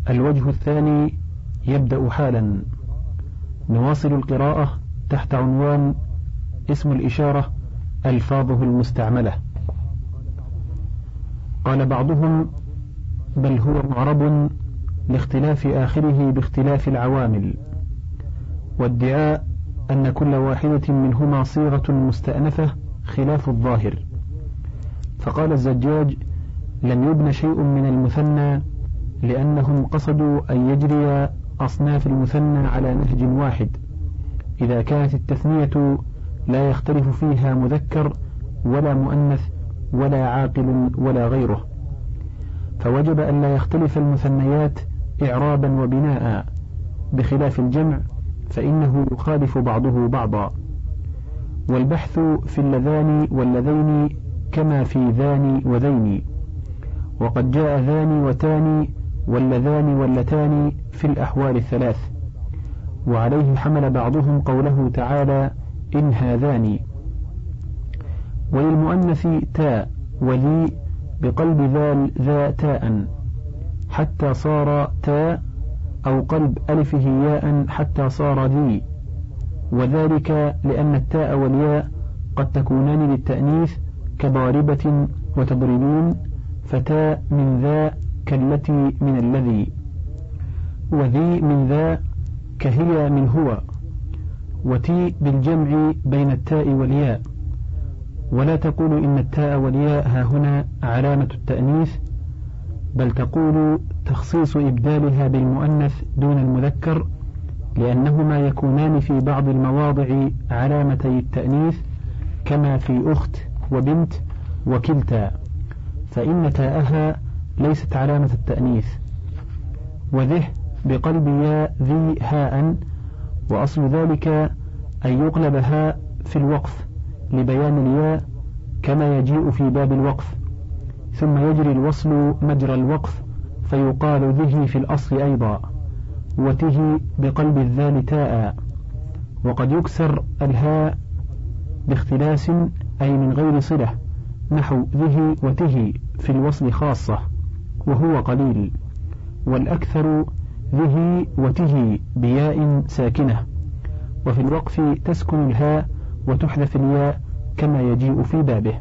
الوجه الثاني يبدأ حالا. نواصل القراءة تحت عنوان اسم الإشارة ألفاظه المستعملة. قال بعضهم: بل هو معرب لاختلاف آخره باختلاف العوامل، وادعاء أن كل واحدة منهما صيغة مستأنفة خلاف الظاهر. فقال الزجاج: لم يبن شيء من المثنى، لأنهم قصدوا أن يجري أصناف المثنى على نهج واحد، إذا كانت التثنية لا يختلف فيها مذكر ولا مؤنث ولا عاقل ولا غيره، فوجب أن لا يختلف المثنيات إعرابا وبناء، بخلاف الجمع فإنه يخالف بعضه بعضا. والبحث في اللذان واللذين كما في ذان وذين، وقد جاء ذان وتان واللذان واللتان في الأحوال الثلاث. وعليه حمل بعضهم قوله تعالى: إن هذان. وللمؤنث تاء وذي بقلب ذال ذا تاء حتى صار تاء، أو قلب ألفه ياء حتى صار ذي، وذلك لأن التاء والياء قد تكونان للتأنيث كضاربة وتضربين، فتاء من ذا كالتي من الذي، وذي من ذا كهي من هو، وتي بالجمع بين التاء والياء. ولا تقول إن التاء والياء ها هنا علامة التأنيث، بل تقول تخصيص إبدالها بالمؤنث دون المذكر، لأنهما يكونان في بعض المواضع علامتي التأنيث، كما في أخت وبنت وكلتا، فإن تاءها ليست علامة التأنيث. وذه بقلب ياء ذي هاء، وأصل ذلك أن يقلب هاء في الوقف لبيان الياء كما يجيء في باب الوقف، ثم يجري الوصل مجرى الوقف فيقال ذه في الأصل أيضا، وته بقلب الذال تاء. وقد يكسر الهاء باختلاس أي من غير صلة، نحو ذه وته في الوصل خاصة وهو قليل، والأكثر ذه وته بياء ساكنة، وفي الوقف تسكن الهاء وتحذف الياء كما يجيء في بابه.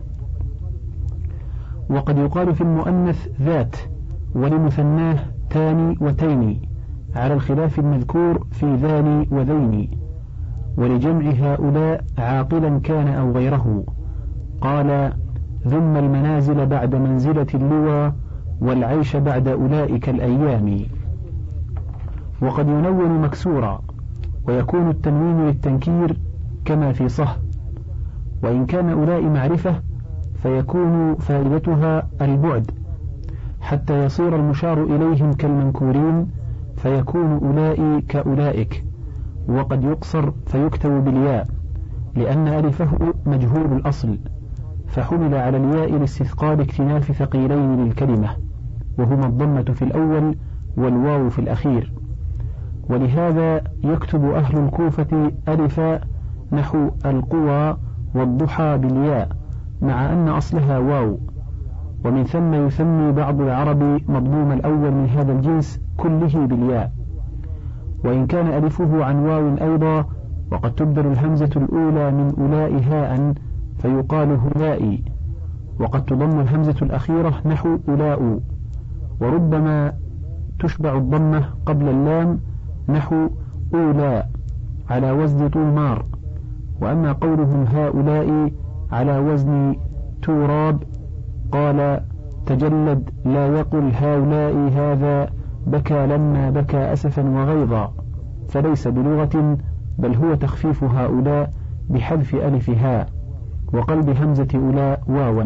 وقد يقال في المؤنث ذات، ولمثناه تاني وتيني، على الخلاف المذكور في ذان وذين. ولجمع هؤلاء عاقلا كان أو غيره، قال: ذم المنازل بعد منزلة اللوى، والعيش بعد أولئك الأيام. وقد ينون مكسورا، ويكون التنوين للتنكير كما في صه. وإن كان أولئك معرفة فيكون فائدتها البعد، حتى يصير المشار إليهم كالمنكورين، فيكون أولئك كأولئك. وقد يقصر فيكتب بالياء، لأن ألفه مجهول الأصل، فحمل على الياء لاستثقال اكتناف ثقيلين للكلمة، وهما الضمة في الأول والواو في الأخير. ولهذا يكتب أهل الكوفة ألفا نحو القوى والضحى بالياء، مع أن أصلها واو. ومن ثم يسمي بعض العرب مضموم الأول من هذا الجنس كله بالياء، وإن كان ألفه عن واو أيضا، وقد تبدل الهمزة الأولى من أولاء هاء فيقال هلائي، وقد تضم الهمزة الأخيرة نحو أولاء، وربما تشبع الضمة قبل اللام نحو أولاء على وزن طومار. وأما قولهم هؤلاء على وزن توراب، قال: تجلد لا يقل هؤلاء هذا بكى لما بكى أسفا وغيظا، فليس بلغة، بل هو تخفيف هؤلاء بحذف ألف هاء وقلب همزة أولاء واوا.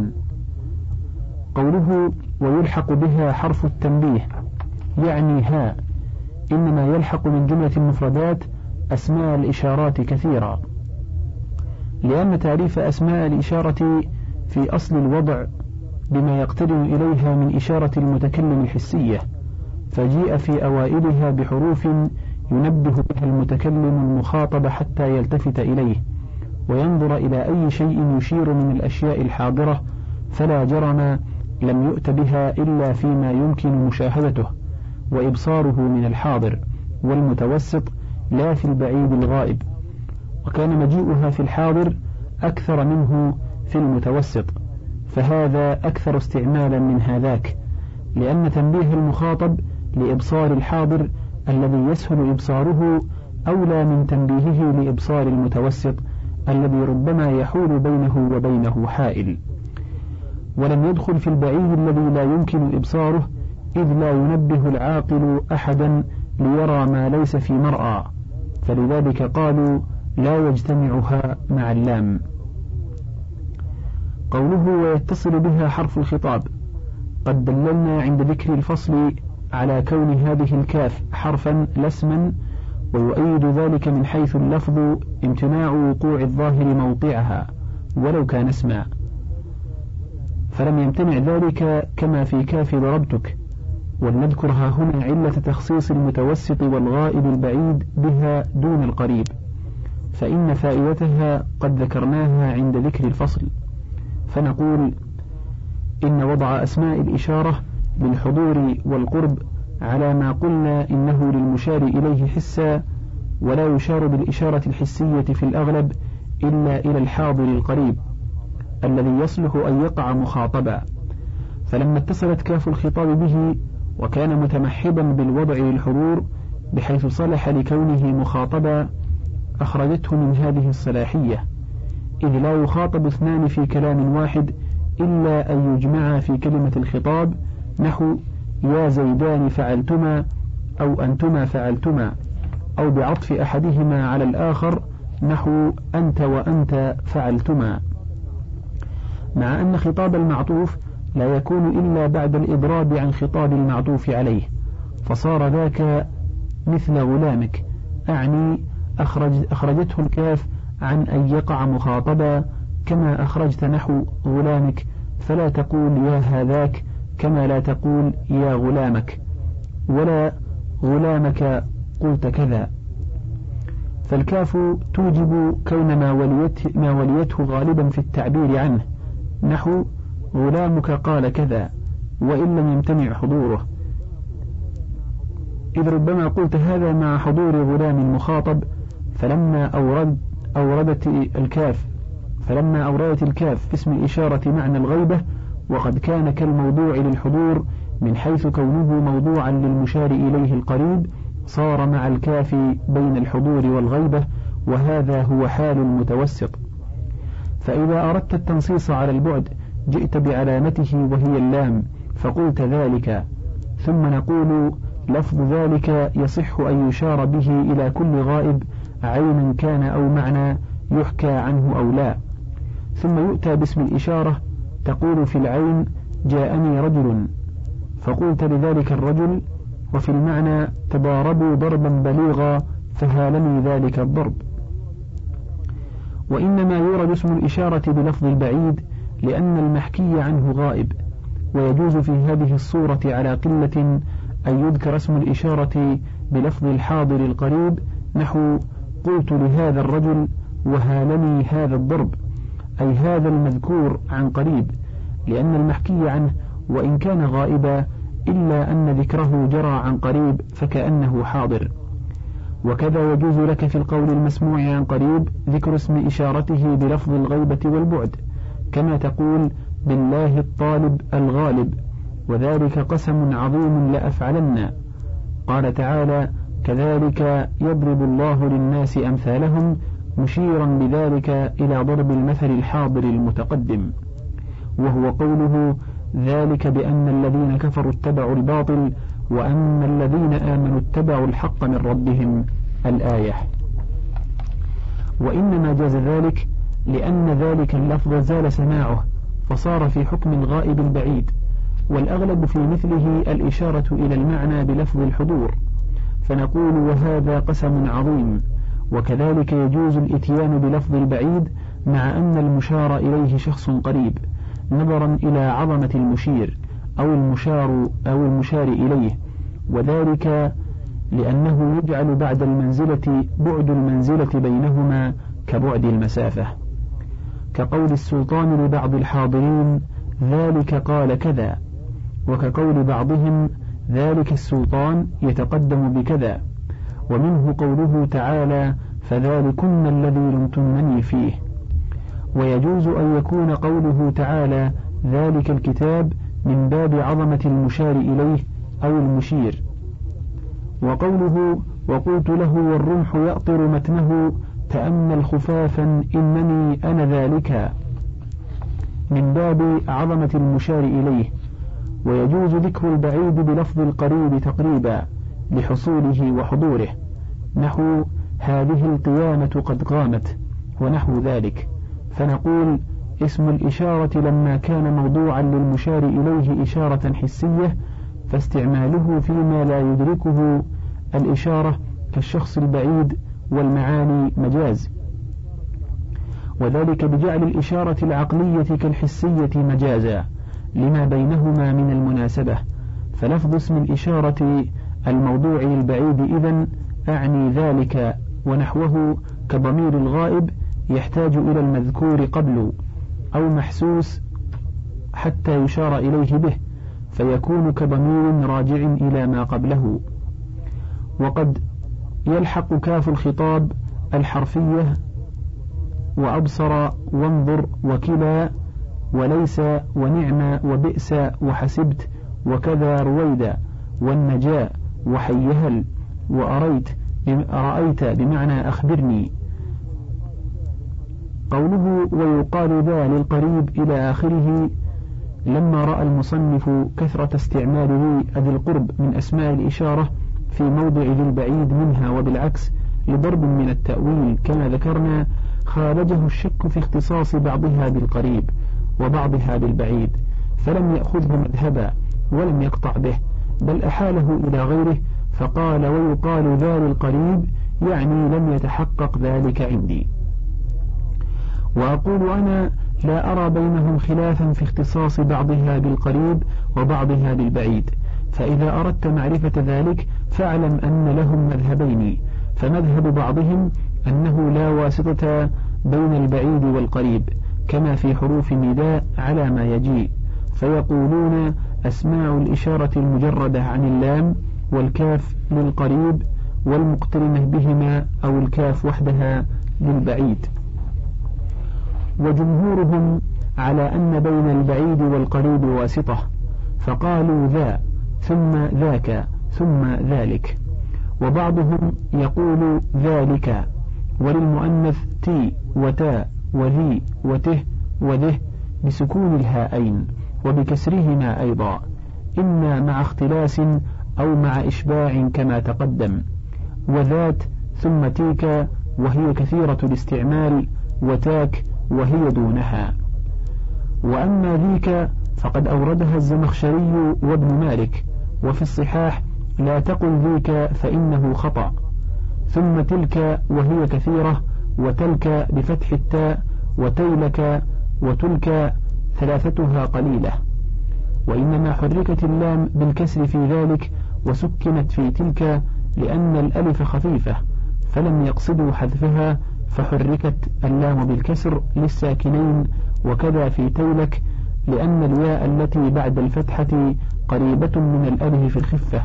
قوله ويلحق بها حرف التنبيه يعني هاء، إنما يلحق من جملة المفردات أسماء الإشارات كثيرا، لأن تعريف أسماء الإشارة في أصل الوضع بما يقترن إليها من إشارة المتكلم الحسية، فجيء في أوائلها بحروف ينبه بها المتكلم المخاطب حتى يلتفت إليه وينظر إلى أي شيء يشير من الأشياء الحاضرة، فلا جرم لم يؤت بها إلا فيما يمكن مشاهدته، وإبصاره من الحاضر، والمتوسط لا في البعيد الغائب، وكان مجيئها في الحاضر أكثر منه في المتوسط، فهذا أكثر استعمالا من هذاك، لأن تنبيه المخاطب لإبصار الحاضر الذي يسهل إبصاره أولى من تنبيهه لإبصار المتوسط الذي ربما يحول بينه وبينه حائل. ولم يدخل في البعيد الذي لا يمكن إبصاره، إذ لا ينبه العاقل أحدا ليرى ما ليس في مرأى، فلذلك قالوا لا يجتمعها مع اللام. قوله ويتصل بها حرف الخطاب، قد دللنا عند ذكر الفصل على كون هذه الكاف حرفا لا اسما، ويؤيد ذلك من حيث اللفظ امتناع وقوع الظاهر موقعها ولو كان اسما، فلم يمتنع ذلك كما في كاف ضربتك. ولنذكرها هنا علة تخصيص المتوسط والغائب البعيد بها دون القريب، فإن فائدتها قد ذكرناها عند ذكر الفصل. فنقول إن وضع أسماء الإشارة للحضور والقرب على ما قلنا إنه للمشار إليه حسا، ولا يشار بالإشارة الحسية في الأغلب إلا إلى الحاضر القريب الذي يصلح أن يقع مخاطبا. فلما اتصلت كاف الخطاب به وكان متمحضا بالوضع للحضور بحيث صلح لكونه مخاطبا، أخرجته من هذه الصلاحية، إذ لا يخاطب اثنان في كلام واحد إلا أن يجمعا في كلمة الخطاب، نحو يا زيدان فعلتما أو أنتما فعلتما، أو بعطف أحدهما على الآخر نحو أنت وأنت فعلتما، مع أن خطاب المعطوف لا يكون إلا بعد الإضراب عن خطاب المعطوف عليه، فصار ذاك مثل غلامك، أعني أخرجته الكاف عن أن يقع مخاطبا، كما أخرجت نحو غلامك، فلا تقول يا هذاك كما لا تقول يا غلامك، ولا غلامك قلت كذا. فالكاف توجب كون ما وليته غالبا في التعبير عنه، نحو غلامك قال كذا، وإن لم يمتنع حضوره، إذ ربما قلت هذا مع حضور غلام مخاطب. فلما أوردت الكاف في اسم الإشارة معنى الغيبة، وقد كان كالموضوع للحضور من حيث كونه موضوعا للمشار إليه القريب، صار مع الكاف بين الحضور والغيبة، وهذا هو حال المتوسط. فإذا أردت التنصيص على البعد جئت بعلامته وهي اللام فقلت ذلك، ثم نقول لفظ ذلك يصح أن يشار به إلى كل غائب عينا كان أو معنى يحكى عنه أو لا، ثم يؤتى باسم الإشارة تقول في العين جاءني رجل، فقلت لذلك الرجل، وفي المعنى تضاربوا ضربا بليغا فهالني ذلك الضرب. وإنما يورد اسم الإشارة بلفظ البعيد لأن المحكي عنه غائب، ويجوز في هذه الصورة على قلة أن يذكر اسم الإشارة بلفظ الحاضر القريب، نحو قلت لهذا الرجل وهالني هذا الضرب، أي هذا المذكور عن قريب، لأن المحكي عنه وإن كان غائبا إلا أن ذكره جرى عن قريب فكأنه حاضر. وكذا يجوز لك في القول المسموع عن قريب ذكر اسم إشارته بلفظ الغيبة والبعد، كما تقول بالله الطالب الغالب، وذلك قسم عظيم لأفعلن. قال تعالى كذلك يضرب الله للناس أمثالهم، مشيرا بذلك إلى ضرب المثل الحاضر المتقدم، وهو قوله ذلك بأن الذين كفروا اتبعوا الباطل وأن الذين آمنوا اتبعوا الحق من ربهم، الآية. وإنما جاز ذلك لأن ذلك اللفظ زال سماعه فصار في حكم الغائب البعيد، والأغلب في مثله الإشارة إلى المعنى بلفظ الحضور، فنقول وهذا قسم عظيم. وكذلك يجوز الإتيان بلفظ البعيد مع أن المشار إليه شخص قريب، نظرا إلى عظمة المشير أو المشار إليه، وذلك لأنه يجعل بعد المنزلة بعد المنزلة بينهما كبعد المسافة، كقول السلطان لبعض الحاضرين ذلك قال كذا، وكقول بعضهم ذلك السلطان يتقدم بكذا. ومنه قوله تعالى فذلكن الذي لمتنني فيه. ويجوز أن يكون قوله تعالى ذلك الكتاب من باب عظمة المشار إليه أو المشير. وقوله وقلت له والرمح يأطر متنه تأمل خفافا إنني أنا ذلك من باب عظمة المشار إليه. ويجوز ذكر البعيد بلفظ القريب تقريبا لحصوله وحضوره، نحو هذه القيامة قد قامت ونحو ذلك. فنقول اسم الإشارة لما كان موضوعا للمشار إليه إشارة حسية فاستعماله فيما لا يدركه الإشارة كالشخص البعيد والمعاني مجاز، وذلك بجعل الإشارة العقلية كالحسية مجازا لما بينهما من المناسبة. فلفظ اسم الإشارة الموضوع للبعيد إذن أعني ذلك ونحوه كضمير الغائب يحتاج إلى المذكور قبل أو محسوس حتى يشار إليه به فيكون كضمير راجع إلى ما قبله. وقد يلحق كاف الخطاب الحرفية وأبصر وانظر وكلا وليس ونعم وبئس وحسبت وكذا رويدا والنجاء وحيهل وأرأيت بمعنى أخبرني. قوله ويقال ذا للقريب إلى آخره لما رأى المصنف كثرة استعمال ذي القرب من أسماء الإشارة في موضع ذي البعيد منها وبالعكس لضرب من التأويل كما ذكرنا خالجه الشك في اختصاص بعضها بالقريب وبعضها بالبعيد، فلم يأخذه مذهبا ولم يقطع به بل أحاله إلى غيره فقال ويقال ذا للقريب يعني لم يتحقق ذلك عندي. وأقول أنا لا أرى بينهم خلافا في اختصاص بعضها بالقريب وبعضها بالبعيد، فإذا أردت معرفة ذلك فاعلم أن لهم مذهبين، فمذهب بعضهم أنه لا واسطة بين البعيد والقريب كما في حروف النداء على ما يجيء، فيقولون أسماع الإشارة المجردة عن اللام والكاف للقريب والمقترنة بهما أو الكاف وحدها للبعيد. وجمهورهم على أن بين البعيد والقريب واسطة فقالوا ذا ثم ذاك ثم ذلك. وبعضهم يقول ذلك وللمؤنث تي وتا وذي وته وذه بسكون الهاءين وبكسرهما أيضا إما مع اختلاس أو مع إشباع كما تقدم. وذات ثم تيك وهي كثيرة الاستعمال وتاك وهي دونها. وأما ذيك فقد أوردها الزمخشري وابن مالك وفي الصحاح لا تقل ذيك فإنه خطأ. ثم تلك وهي كثيرة وتلك بفتح التاء وتيلك وتلك ثلاثتها قليلة. وإنما حركت اللام بالكسر في ذلك وسكنت في تلك لأن الألف خفيفة فلم يقصدوا حذفها فحركت اللام بالكسر للساكنين، وكذا في تيلك لأن الياء التي بعد الفتحة قريبة من الألف في الخفة.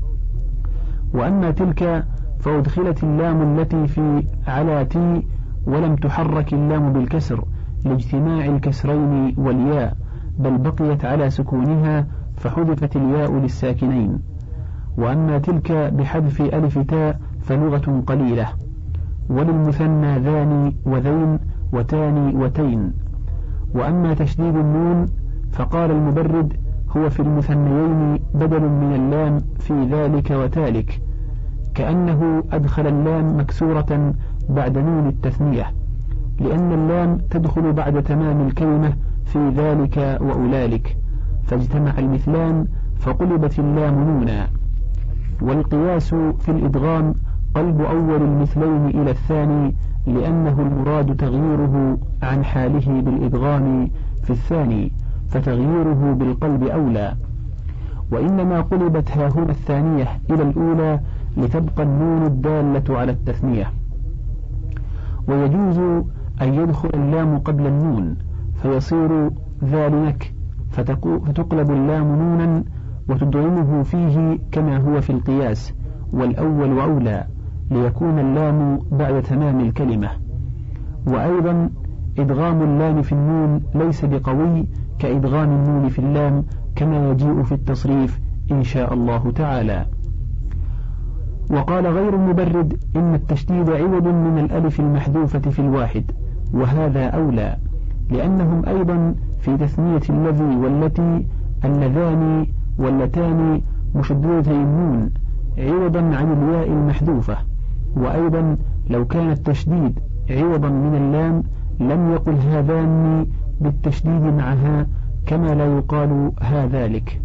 وأما تلك فأدخلت اللام التي في على تي ولم تحرك اللام بالكسر لاجتماع الكسرين والياء بل بقيت على سكونها فحذفت الياء للساكنين. وأما تلك بحذف ألف تاء فلغة قليلة. وللمثنى ذاني وذين وتاني وتين. وأما تشديد النون فقال المبرد هو في المثنيين بدل من اللام في ذلك وتالك كأنه أدخل اللام مكسورة بعد نون التثنية لأن اللام تدخل بعد تمام الكلمة في ذلك وأولئك فاجتمع المثلان فقلبت اللام نونا. والقياس في الإدغام قلب أول المثلين إلى الثاني لأنه المراد تغييره عن حاله بالإدغام في الثاني فتغييره بالقلب أولى. وإنما قلبت هاهنا الثانية إلى الأولى لتبقى النون الدالة على التثنية. ويجوز أن يدخل اللام قبل النون فيصير ذلك فتقلب اللام نونا وتدغمه فيه كما هو في القياس، والأول أولى ليكون اللام بعد تمام الكلمة. وأيضا إدغام اللام في النون ليس بقوي كإدغام النون في اللام كما يجيء في التصريف إن شاء الله تعالى. وقال غير المبرد إن التشديد عوض من الألف المحذوفة في الواحد، وهذا أولى لأنهم أيضا في تثنية الذي والتي اللذان واللتان مشددتي النون عوضا عن الياء المحذوفة. وأيضا لو كان التشديد عوضا من اللام لم يقل هذان بالتشديد معها كما لا يقال هذلك.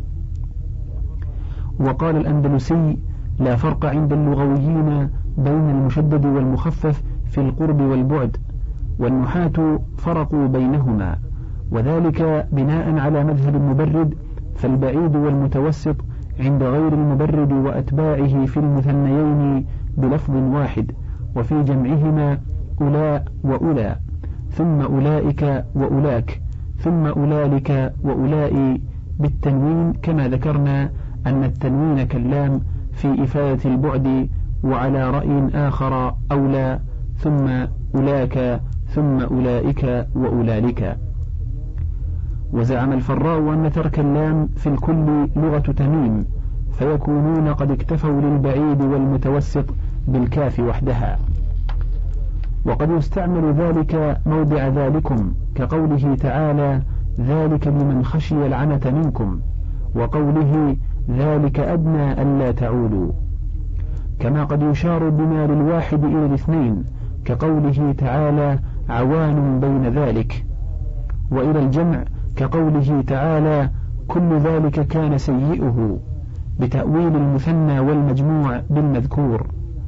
وقال الأندلسي لا فرق عند اللغويين بين المشدد والمخفف في القرب والبعد، والنحاة فرقوا بينهما، وذلك بناء على مذهب المبرد، فالبعيد والمتوسط عند غير المبرد وأتباعه في المثنيين بلفظ واحد، وفي جمعهما أولاء وأولى، ثم أولئك وأولاك، ثم أولئك وأولئي بالتنوين، كما ذكرنا أن التنوين كاللام في إفادة البعد، وعلى رأي آخر أولى ثم أولاك ثم أولئك وأولالك. وزعم الفراء أن ترك اللام في الكل لغة تميم، فيكونون قد اكتفوا للبعيد والمتوسط بالكاف وحدها. وقد يستعمل ذلك موضع ذلكم كقوله تعالى ذلك لمن خشي العنة منكم، وقوله ذلك أدنى ألا تعولوا، كما قد يشار بما للواحد إلى الاثنين كقوله تعالى عوان بين ذلك، وإلى الجمع كقوله تعالى كل ذلك كان سيئه، بتأويل المثنى والمجموع بالمذكور.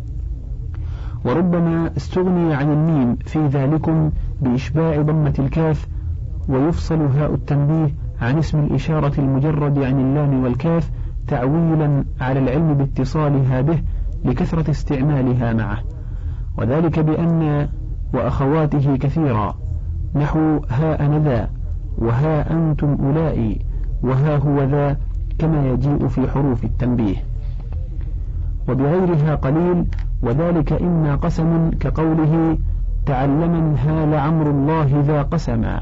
وربما استغني عن الميم في ذلكم بإشباع ضمة الكاف، ويفصل هاء التنبيه عن اسم الإشارة المجرد عن اللام والكاف تعويلا على العلم باتصالها به لكثرة استعمالها معه، وذلك بأن وأخواته كثيرا، نحو ها أنا ذا، وها أنتم أولئي، وها هو ذا، كما يجيء في حروف التنبيه. وبغيرها قليل، وذلك إما قسم كقوله تعلما ها لعمر الله ذا قسما،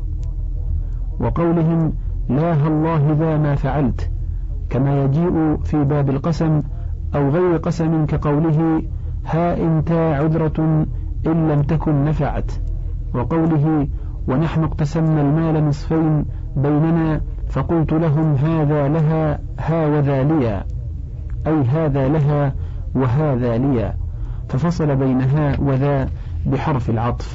وقولهم لا الله ذا ما فعلت، كما يجيء في باب القسم، أو غير قسم كقوله ها إنت عذرة إن لم تكن نفعت، وقوله ونحن اقتسمنا المال نصفين بيننا فقلت لهم هذا لها ها وذا ليا، أي هذا لها وهذا ليا، ففصل بينها وذا بحرف العطف.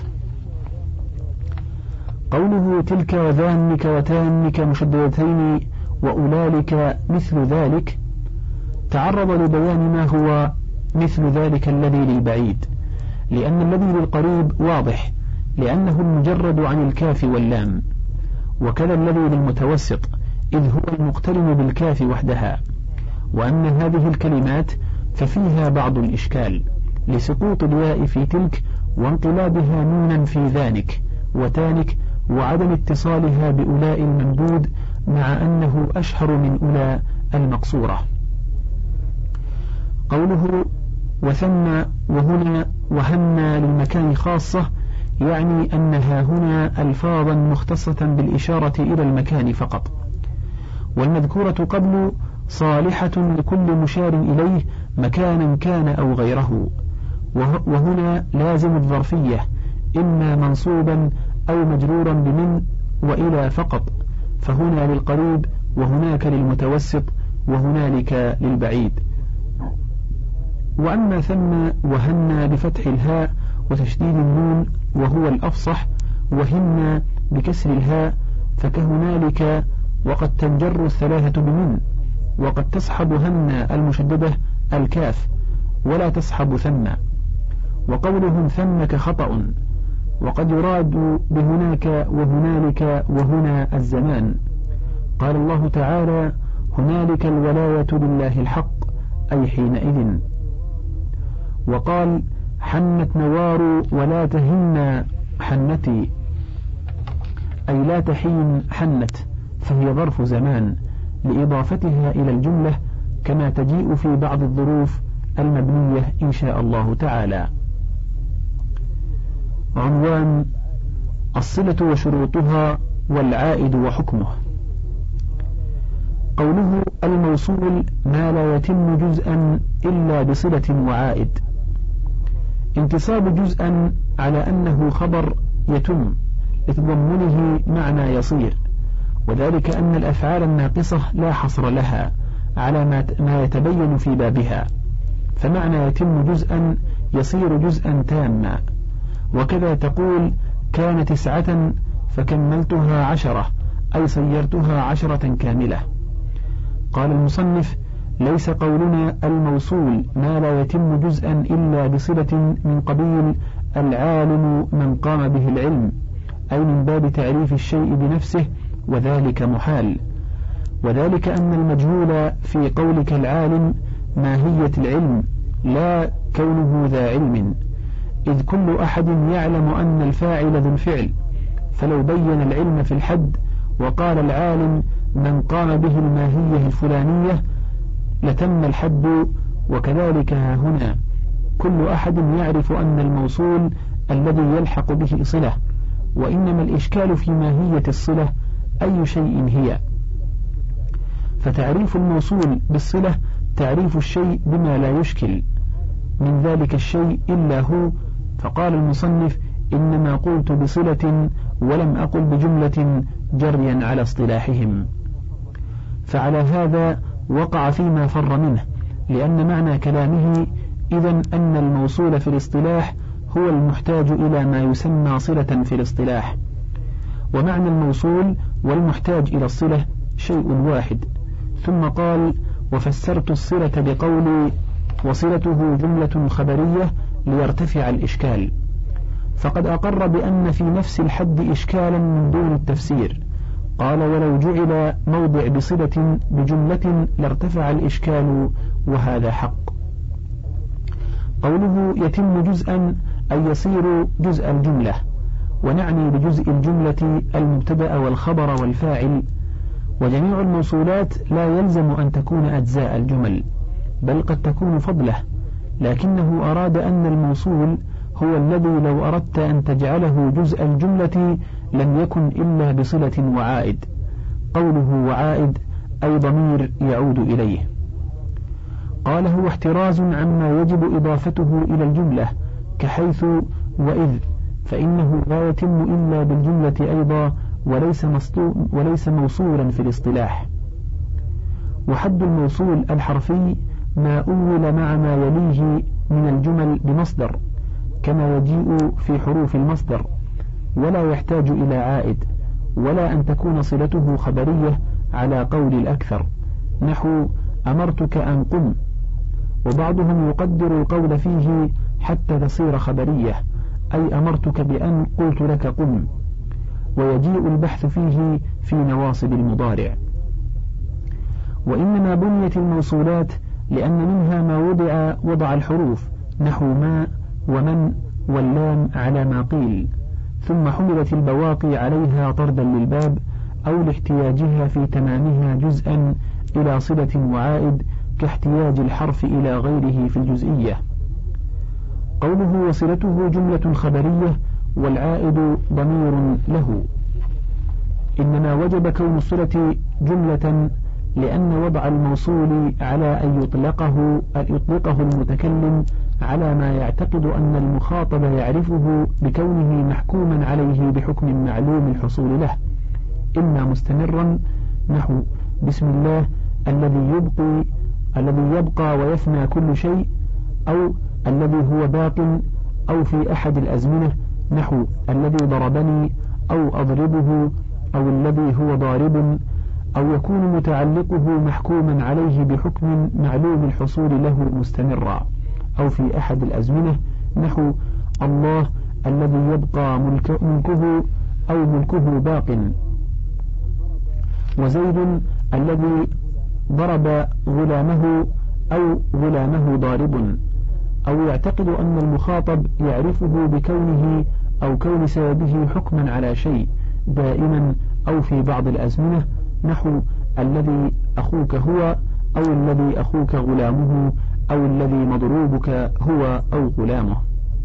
قوله تلك وذانك وتانك مشددتين وأولالك مثل ذلك تعرض لبيان ما هو مثل ذلك الذي للبعيد، لأن الذي للقريب واضح لأنه المجرد عن الكاف واللام، وكذا الذي للمتوسط إذ هو المقترن بالكاف وحدها. وأن هذه الكلمات ففيها بعض الإشكال لسقوط الياء في تلك وانقلابها نونا في ذانك وتانك، وعدم اتصالها بأولاء الممدود مع أنه أشهر من أولاء المقصورة. قوله وثم وهنا وهنا للمكان خاصة، يعني أنها هنا ألفاظا مختصة بالإشارة إلى المكان فقط، والمذكورة قبل صالحة لكل مشار إليه مكانا كان أو غيره، وهنا لازم الظرفية إما منصوبا أو مجرورا بمن وإلى فقط، فهنا للقريب وهناك للمتوسط وهنالك للبعيد. وأما ثم وهنا بفتح الهاء وتشديد النون وهو الأفصح، وهن بكسر الهاء، فكهنالك، وقد تنجر الثلاثة بمن، وقد تصحب هن المشددة الكاف ولا تصحب ثم. وقولهم ثمك خطأ، وقد يراد بهناك وهنالك وهنا الزمان. قال الله تعالى هنالك الولاية لله الحق، أي حينئذ. وقال حنت نوار ولا تهن حنتي، أي لا تحين حنت، فهي ظرف زمان لإضافتها إلى الجملة كما تجيء في بعض الظروف المبنية إن شاء الله تعالى. عنوان: الصلة وشروطها والعائد وحكمه. قوله الموصول ما لا يتم جزءا إلا بصلة وعائد. انتصاب جزءا على أنه خبر يتم لتضمنه معنى يصير، وذلك أن الأفعال الناقصة لا حصر لها على ما يتبين في بابها، فمعنى يتم جزءا يصير جزءا تاما. وكذا تقول كان 9 فكملتها 10، أي صيرتها 10 كاملة. قال المصنف: ليس قولنا الموصول ما لا يتم جزءا إلا بصلة من قبيل العالم من قام به العلم، أي من باب تعريف الشيء بنفسه، وذلك محال. وذلك أن المجهول في قولك العالم ماهية العلم لا كونه ذا علم، إذ كل أحد يعلم أن الفاعل ذو الفعل، فلو بين العلم في الحد وقال العالم من قام به الماهية الفلانية لتم الحد. وكذلك هنا كل أحد يعرف أن الموصول الذي يلحق به صلة، وإنما الإشكال في ماهية الصلة أي شيء هي. فتعريف الموصول بالصلة تعريف الشيء بما لا يشكل من ذلك الشيء إلا هو. فقال المصنف: إنما قلت بصلة ولم أقل بجملة جريا على اصطلاحهم. فعلى هذا وقع فيما فر منه، لأن معنى كلامه إذن أن الموصول في الاصطلاح هو المحتاج إلى ما يسمى صلة في الاصطلاح، ومعنى الموصول والمحتاج إلى الصلة شيء واحد. ثم قال: وفسرت الصلة بقولي وصلته جملة خبرية ليرتفع الإشكال. فقد أقر بأن في نفس الحد إشكالا من دون التفسير. قال: ولو جعل موضع بصلة بجملة لارتفع الإشكال، وهذا حق. قوله يتم جزءا أي يصير جزء الجملة، ونعني بجزء الجملة المبتدأ والخبر والفاعل. وجميع الموصولات لا يلزم أن تكون أجزاء الجمل، بل قد تكون فضله، لكنه أراد أن الموصول هو الذي لو أردت أن تجعله جزء الجملة لم يكن إلا بصلة وعائد. قوله وعائد أي ضمير يعود إليه. قال: هو احتراز عما يجب إضافته إلى الجملة، كحيث وإذ، فإنه لا يتم إلا بالجملة أيضا، وليس موصولا في الاصطلاح. وحد الموصول الحرفي ما أول مع ما يليه من الجمل بمصدر، كما يجيء في حروف المصدر، ولا يحتاج إلى عائد، ولا أن تكون صلته خبرية على قول الأكثر، نحو أمرتك أن قم. وبعضهم يقدر القول فيه حتى تصير خبرية، أي أمرتك بأن قلت لك قم. ويجيء البحث فيه في نواصب المضارع. وإنما بنيت الموصولات لأن منها ما وضع الحروف، نحو ما ومن واللام على ما قيل، ثم حملت البواقي عليها طردا للباب أو لاحتياجها في تمامها جزءا إلى صلة وعائد، كاحتياج الحرف إلى غيره في الجزئية. قوله وصلته جملة خبرية والعائد ضمير له. إنما وجب كون الصلة جملة لأن وضع الموصول على أن يطلقه المتكلم على ما يعتقد أن المخاطب يعرفه بكونه محكوما عليه بحكم معلوم الحصول له، إما مستمرا نحو بسم الله الذي يبقى ويفنى كل شيء، أو الذي هو باق، أو في أحد الأزمنة نحو الذي ضربني أو أضربه، أو الذي هو ضارب، أو يكون متعلقه محكوما عليه بحكم معلوم الحصول له مستمرا، أو في أحد الأزمنة نحو الله الذي يبقى ملكه أو ملكه باق، وزيد الذي ضرب غلامه أو غلامه ضارب، أو يعتقد أن المخاطب يعرفه بكونه أو كون سببه حكما على شيء دائما أو في بعض الأزمنة نحو الذي أخوك هو أو الذي أخوك غلامه أو الذي مضروبك هو أو غلامه.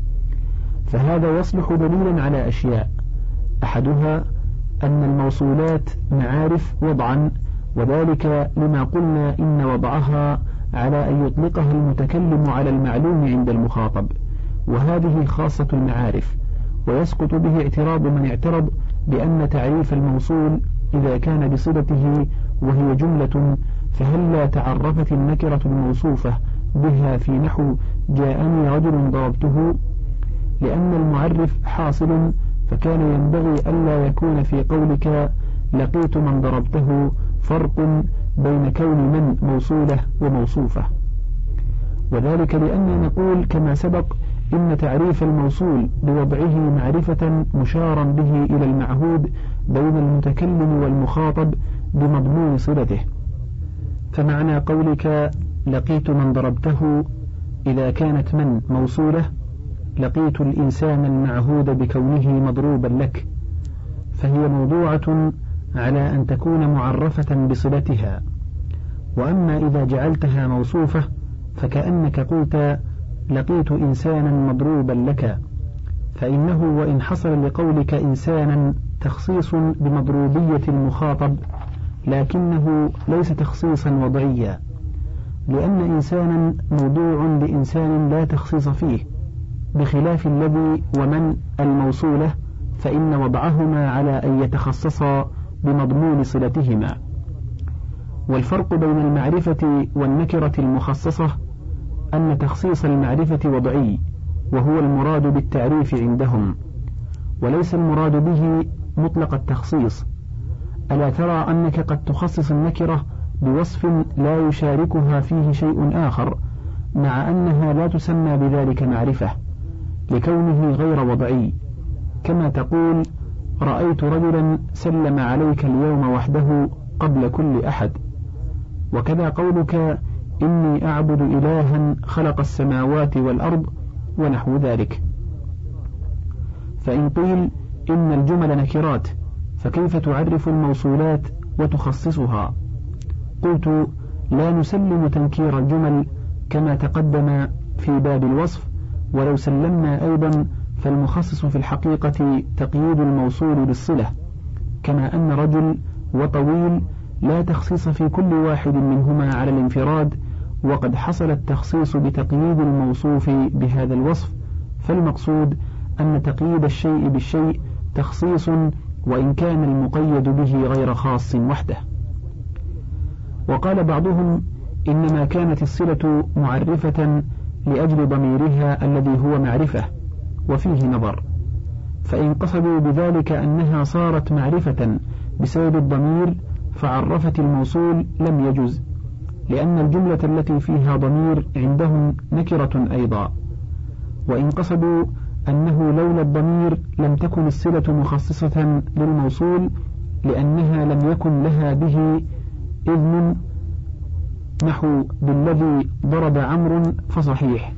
فهذا يصلح دليلا على أشياء: أحدها أن الموصولات معارف وضعا، وذلك لما قلنا إن وضعها على أن يطلقها المتكلم على المعلوم عند المخاطب، وهذه خاصة المعارف، ويسقط به اعتراض من اعترض بأن تعريف الموصول إذا كان بصلته وهي جملة فهلا تعرفت النكرة الموصوفة بها في نحو جاءني رجل ضربته، لأن المعرف حاصل، فكان ينبغي ألا يكون في قولك لقيت من ضربته فرق بين كون من موصولة وموصوفة. وذلك لأننا نقول كما سبق إن تعريف الموصول بوضعه معرفة مشارا به إلى المعهود بين المتكلم والمخاطب بمضمون صلته. فمعنى قولك لقيت من ضربته إذا كانت من موصولة لقيت الإنسان المعهود بكونه مضروبا لك، فهي موضوعة على أن تكون معرفة بصلتها. وأما إذا جعلتها موصوفة فكأنك قلت لقيت إنسانا مضروبا لك، فإنه وإن حصل لقولك إنسانا تخصيص بمضروبية المخاطب لكنه ليس تخصيصا وضعيا، لأن إنسانا موضوع بإنسان لا تخصيص فيه، بخلاف الذي ومن الموصولة فإن وضعهما على أن يتخصصا بمضمون صلتهما. والفرق بين المعرفة والنكرة المخصصة أن تخصيص المعرفة وضعي، وهو المراد بالتعريف عندهم، وليس المراد به مطلق التخصيص. ألا ترى أنك قد تخصص النكرة بوصف لا يشاركها فيه شيء آخر، مع أنها لا تسمى بذلك معرفة لكونه غير وضعي، كما تقول رأيت رجلا سلم عليك اليوم وحده قبل كل أحد، وكذا قولك إني أعبد إلها خلق السماوات والأرض ونحو ذلك. فإن قيل إن الجمل نكرات فكيف تعرف الموصولات وتخصصها؟ قلت لا نسلم تنكير الجمل كما تقدم في باب الوصف، ولو سلمنا أيضا فالمخصص في الحقيقة تقييد الموصول بالصلة، كما أن رجل وطويل لا تخصيص في كل واحد منهما على الانفراد، وقد حصل التخصيص بتقييد الموصوف بهذا الوصف، فالمقصود أن تقييد الشيء بالشيء تخصيص وإن كان المقيد به غير خاص وحده. وقال بعضهم إنما كانت الصلة معرفة لأجل ضميرها الذي هو معرفة، وفيه نظر، فإن قصدوا بذلك أنها صارت معرفة بسبب الضمير فعرفت الموصول لم يجز، لأن الجملة التي فيها ضمير عندهم نكرة أيضا. وإن قصدوا أنه لولا الضمير لم تكن الصلة مخصصة للموصول لأنها لم يكن لها به إذن، نحو بالذي ضرب عمرو فصحيح.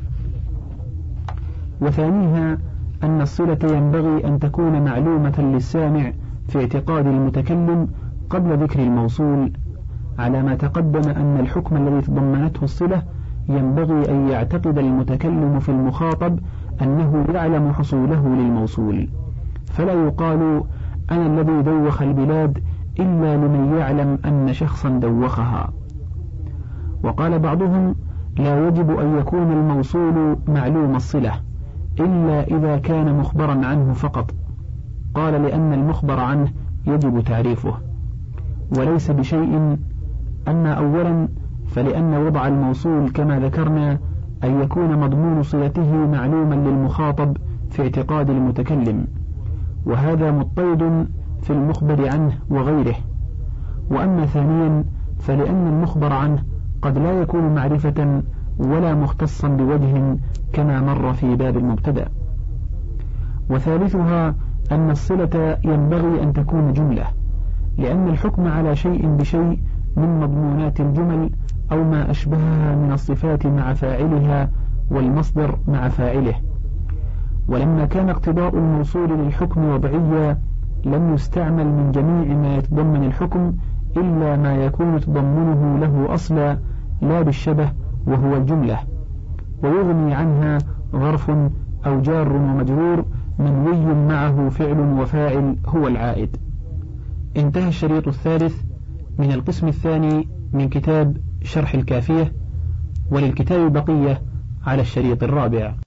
وثانيها أن الصلة ينبغي أن تكون معلومة للسامع في اعتقاد المتكلم قبل ذكر الموصول، على ما تقدم أن الحكم الذي تضمنته الصلة ينبغي أن يعتقد المتكلم في المخاطب أنه يعلم حصوله للموصول، فلا يقال أنا الذي دوخ البلاد إلا لمن يعلم أن شخصا دوخها. وقال بعضهم لا يجب أن يكون الموصول معلوم الصلة إلا إذا كان مخبرا عنه فقط، قال لأن المخبر عنه يجب تعريفه، وليس بشيء. أما أولا فلأن وضع الموصول كما ذكرنا أن يكون مضمون صلته معلوما للمخاطب في اعتقاد المتكلم، وهذا مضطرد في المخبر عنه وغيره. وأما ثانيا فلأن المخبر عنه قد لا يكون معرفة ولا مختصا بوجه كما مر في باب المبتدأ. وثالثها أن الصلة ينبغي أن تكون جملة، لأن الحكم على شيء بشيء من مضمونات الجمل أو ما أشبهها من الصفات مع فاعلها والمصدر مع فاعله. ولما كان اقتضاء الموصول للحكم وضعيا لم يستعمل من جميع ما يتضمن الحكم إلا ما يكون تضمنه له أصلا لا بالشبه وهو الجملة، ويغني عنها ظرف أو جار ومجرور منوي معه فعل وفاعل هو العائد. انتهى الشريط الثالث من القسم الثاني من كتاب شرح الكافية، وللكتاب بقية على الشريط الرابع.